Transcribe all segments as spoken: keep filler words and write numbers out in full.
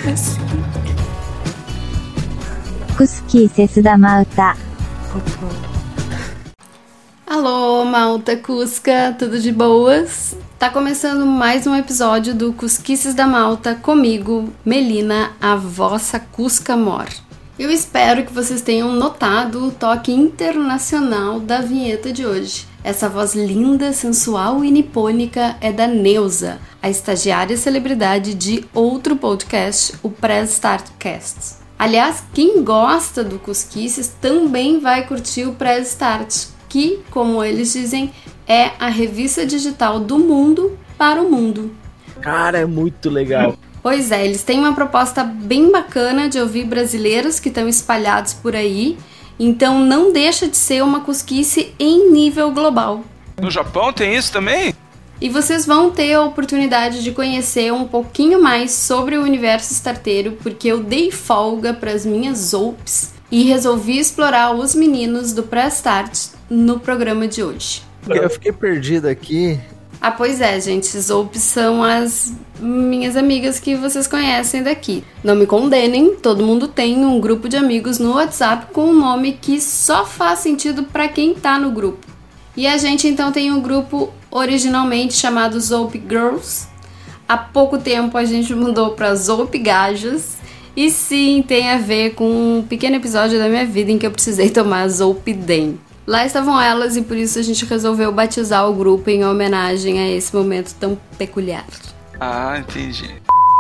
Cusquices da Malta. Alô, Malta Cusca, tudo de boas? Tá começando mais um episódio do Cusquices da Malta comigo, Melina, a vossa Cusca Mor. Eu espero que vocês tenham notado o toque internacional da vinheta de hoje. Essa voz linda, sensual e nipônica é da Neuza, a estagiária celebridade de outro podcast, o Press Start Cast. Aliás, quem gosta do Cusquices também vai curtir o Press Start, que, como eles dizem, é a revista digital do mundo para o mundo. Cara, é muito legal. Pois é, eles têm uma proposta bem bacana de ouvir brasileiros que estão espalhados por aí, então não deixa de ser uma cusquice em nível global. No Japão tem isso também? E vocês vão ter a oportunidade de conhecer um pouquinho mais sobre o universo starteiro, porque eu dei folga para as minhas ops e resolvi explorar os meninos do Press Start no programa de hoje. Eu fiquei perdido aqui. Ah, pois é, gente, as ops são as minhas amigas que vocês conhecem daqui. Não me condenem, todo mundo tem um grupo de amigos no WhatsApp com um nome que só faz sentido para quem tá no grupo. E a gente então tem um grupo originalmente chamado Zope Girls. Há pouco tempo a gente mudou para Zope Gajas. E sim, tem a ver com um pequeno episódio da minha vida em que eu precisei tomar Zolpidem. Lá estavam elas e por isso a gente resolveu batizar o grupo em homenagem a esse momento tão peculiar. Ah, entendi.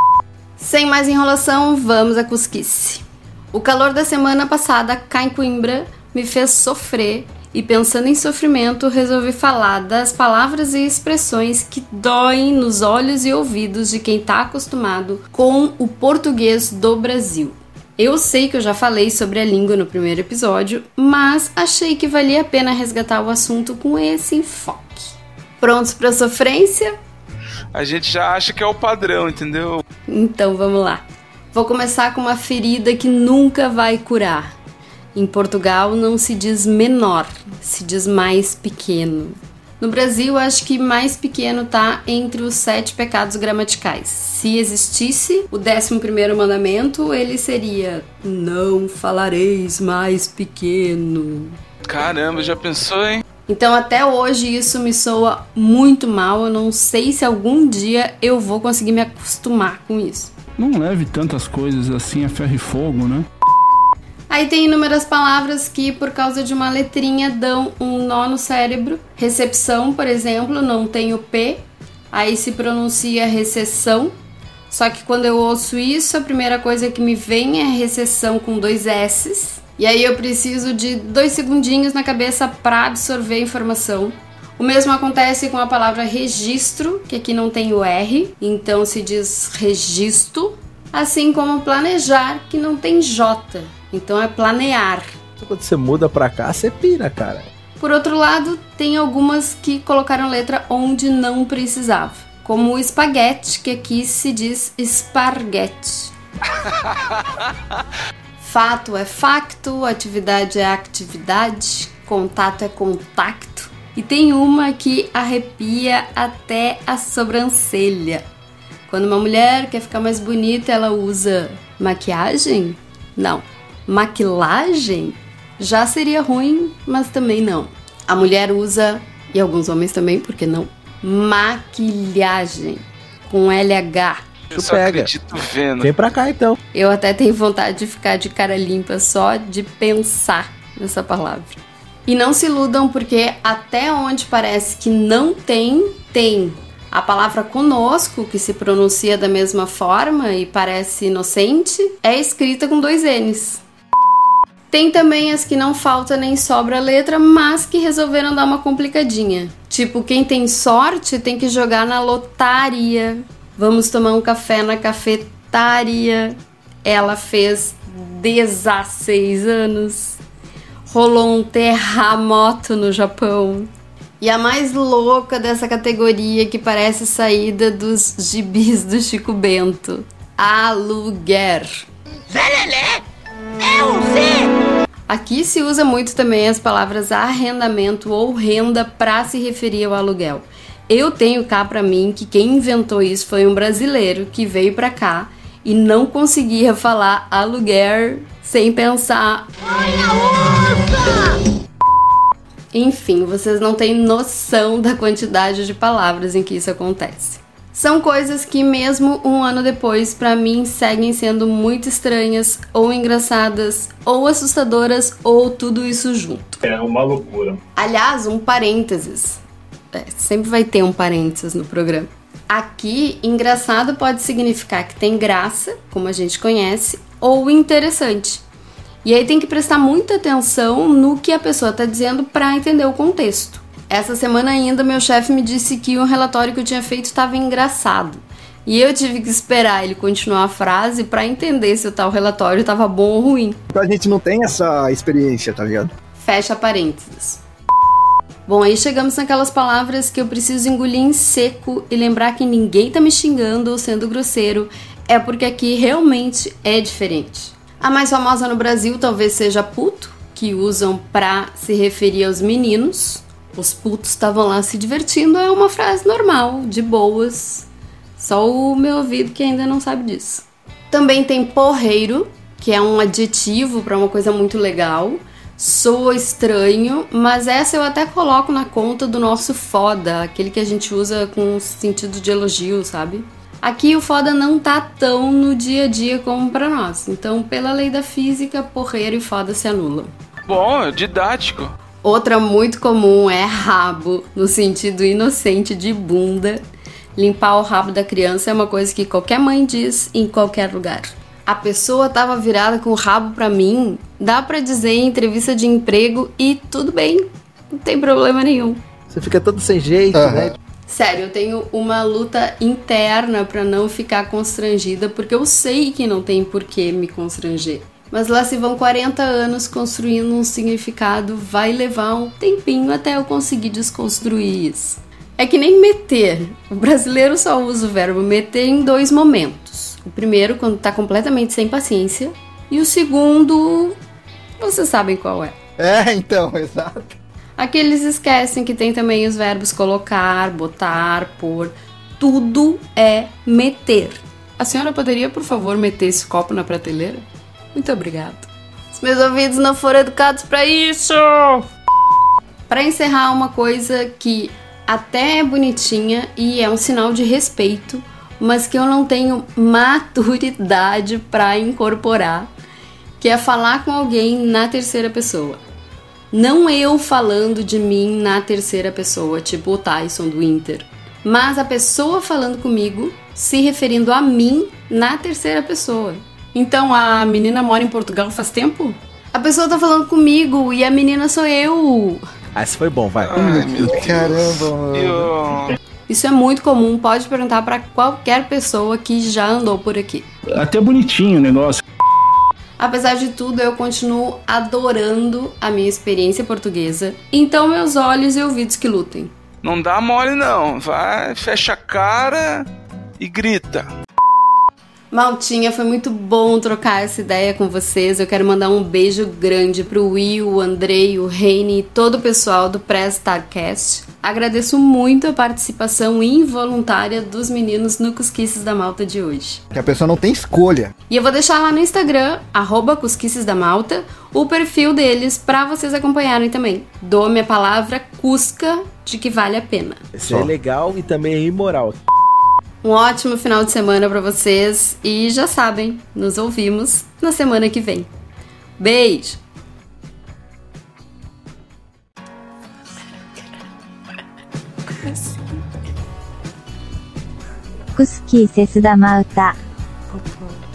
Sem mais enrolação, vamos à cusquice. O calor da semana passada cá em Coimbra me fez sofrer. E pensando em sofrimento, resolvi falar das palavras e expressões que doem nos olhos e ouvidos de quem está acostumado com o português do Brasil. Eu sei que eu já falei sobre a língua no primeiro episódio, mas achei que valia a pena resgatar o assunto com esse enfoque. Prontos para a sofrência? A gente já acha que é o padrão, entendeu? Então vamos lá. Vou começar com uma ferida que nunca vai curar. Em Portugal não se diz menor, se diz mais pequeno. No Brasil, acho que mais pequeno tá entre os sete pecados gramaticais. Se existisse o décimo primeiro mandamento, ele seria: não falareis mais pequeno. Caramba, já pensou, hein? Então até hoje isso me soa muito mal, eu não sei se algum dia eu vou conseguir me acostumar com isso. Não leve tantas coisas assim a ferro e fogo, né? Aí tem inúmeras palavras que, por causa de uma letrinha, dão um nó no cérebro. Recepção, por exemplo, não tem o P, aí se pronuncia recessão. Só que quando eu ouço isso, a primeira coisa que me vem é recessão com dois S's. E aí eu preciso de dois segundinhos na cabeça para absorver a informação. O mesmo acontece com a palavra registro, que aqui não tem o R, então se diz registro. Assim como planejar, que não tem J. Então é planear. Quando você muda pra cá, você pira, cara. Por outro lado, tem algumas que colocaram letra onde não precisava. Como o espaguete, que aqui se diz esparguete. Fato é facto, atividade é atividade, contato é contacto. E tem uma que arrepia até a sobrancelha. Quando uma mulher quer ficar mais bonita, ela usa maquiagem? Não. Maquilagem? Já seria ruim, mas também não. A mulher usa, e alguns homens também, por que não? Maquilhagem, com L H. Eu só acredito vendo. Vem pra cá então. Eu até tenho vontade de ficar de cara limpa só de pensar nessa palavra. E não se iludam porque até onde parece que não tem, tem. A palavra conosco, que se pronuncia da mesma forma e parece inocente, é escrita com dois N's. Tem também as que não falta nem sobra letra, mas que resolveram dar uma complicadinha. Tipo, quem tem sorte tem que jogar na lotaria. Vamos tomar um café na cafetaria. Ela fez dezesseis anos. Rolou um terremoto no Japão. E a mais louca dessa categoria, que parece saída dos gibis do Chico Bento: aluguer. Zé é o Zé! Aqui se usa muito também as palavras arrendamento ou renda para se referir ao aluguel. Eu tenho cá para mim que quem inventou isso foi um brasileiro que veio para cá e não conseguia falar aluguer sem pensar. Enfim, vocês não têm noção da quantidade de palavras em que isso acontece. São coisas que mesmo um ano depois, pra mim, seguem sendo muito estranhas, ou engraçadas, ou assustadoras, ou tudo isso junto. É uma loucura. Aliás, um parênteses. É, sempre vai ter um parênteses no programa. Aqui, engraçado pode significar que tem graça, como a gente conhece, ou interessante. E aí tem que prestar muita atenção no que a pessoa está dizendo para entender o contexto. Essa semana ainda meu chefe me disse que o relatório que eu tinha feito estava engraçado. E eu tive que esperar ele continuar a frase para entender se o tal relatório estava bom ou ruim. Então a gente não tem essa experiência, tá ligado? Fecha parênteses. Bom, aí chegamos naquelas palavras que eu preciso engolir em seco e lembrar que ninguém tá me xingando ou sendo grosseiro. É porque aqui realmente é diferente. A mais famosa no Brasil talvez seja puto, que usam pra se referir aos meninos. Os putos estavam lá se divertindo, é uma frase normal, de boas. Só o meu ouvido que ainda não sabe disso. Também tem porreiro, que é um adjetivo para uma coisa muito legal. Soa estranho, mas essa eu até coloco na conta do nosso foda, aquele que a gente usa com sentido de elogio, sabe? Aqui o foda não tá tão no dia a dia como pra nós. Então, pela lei da física, porreiro e foda se anulam. Bom, didático. Outra muito comum é rabo, no sentido inocente de bunda. Limpar o rabo da criança é uma coisa que qualquer mãe diz em qualquer lugar. A pessoa tava virada com o rabo pra mim, dá pra dizer em entrevista de emprego e tudo bem, não tem problema nenhum. Você fica todo sem jeito, uhum. né? Sério, eu tenho uma luta interna pra não ficar constrangida, porque eu sei que não tem por que me constranger. Mas lá se vão quarenta anos construindo um significado, vai levar um tempinho até eu conseguir desconstruir isso. É que nem meter. O brasileiro só usa o verbo meter em dois momentos. O primeiro, quando tá completamente sem paciência. E o segundo, vocês sabem qual é. É, então, exato. Aqui eles esquecem que tem também os verbos colocar, botar, pôr. Tudo é meter. A senhora poderia, por favor, meter esse copo na prateleira? Muito obrigada. Os meus ouvidos não foram educados pra isso! Pra encerrar, uma coisa que até é bonitinha e é um sinal de respeito, mas que eu não tenho maturidade pra incorporar, que é falar com alguém na terceira pessoa. Não eu falando de mim na terceira pessoa, tipo o Tyson do Inter, mas a pessoa falando comigo, se referindo a mim na terceira pessoa. Então a menina mora em Portugal faz tempo? A pessoa tá falando comigo e a menina sou eu. Ah, esse foi bom, vai. Ai, meu Deus. Caramba, mano. Eu... Isso é muito comum, pode perguntar pra qualquer pessoa que já andou por aqui. Até bonitinho o negócio. Apesar de tudo, eu continuo adorando a minha experiência portuguesa. Então meus olhos e ouvidos que lutem. Não dá mole não, vai, fecha a cara e grita. Maltinha, foi muito bom trocar essa ideia com vocês. Eu quero mandar um beijo grande pro Will, o Andrei, o Reine e todo o pessoal do Press-Starcast. Agradeço muito a participação involuntária dos meninos no Cusquices da Malta de hoje. Que a pessoa não tem escolha. E eu vou deixar lá no Instagram, arroba Cusquices da Malta, o perfil deles pra vocês acompanharem também. Dou minha palavra Cusca de que vale a pena. Isso é legal e também é imoral. Um ótimo final de semana pra vocês e já sabem, nos ouvimos na semana que vem. Beijo! Cusquices da Malta.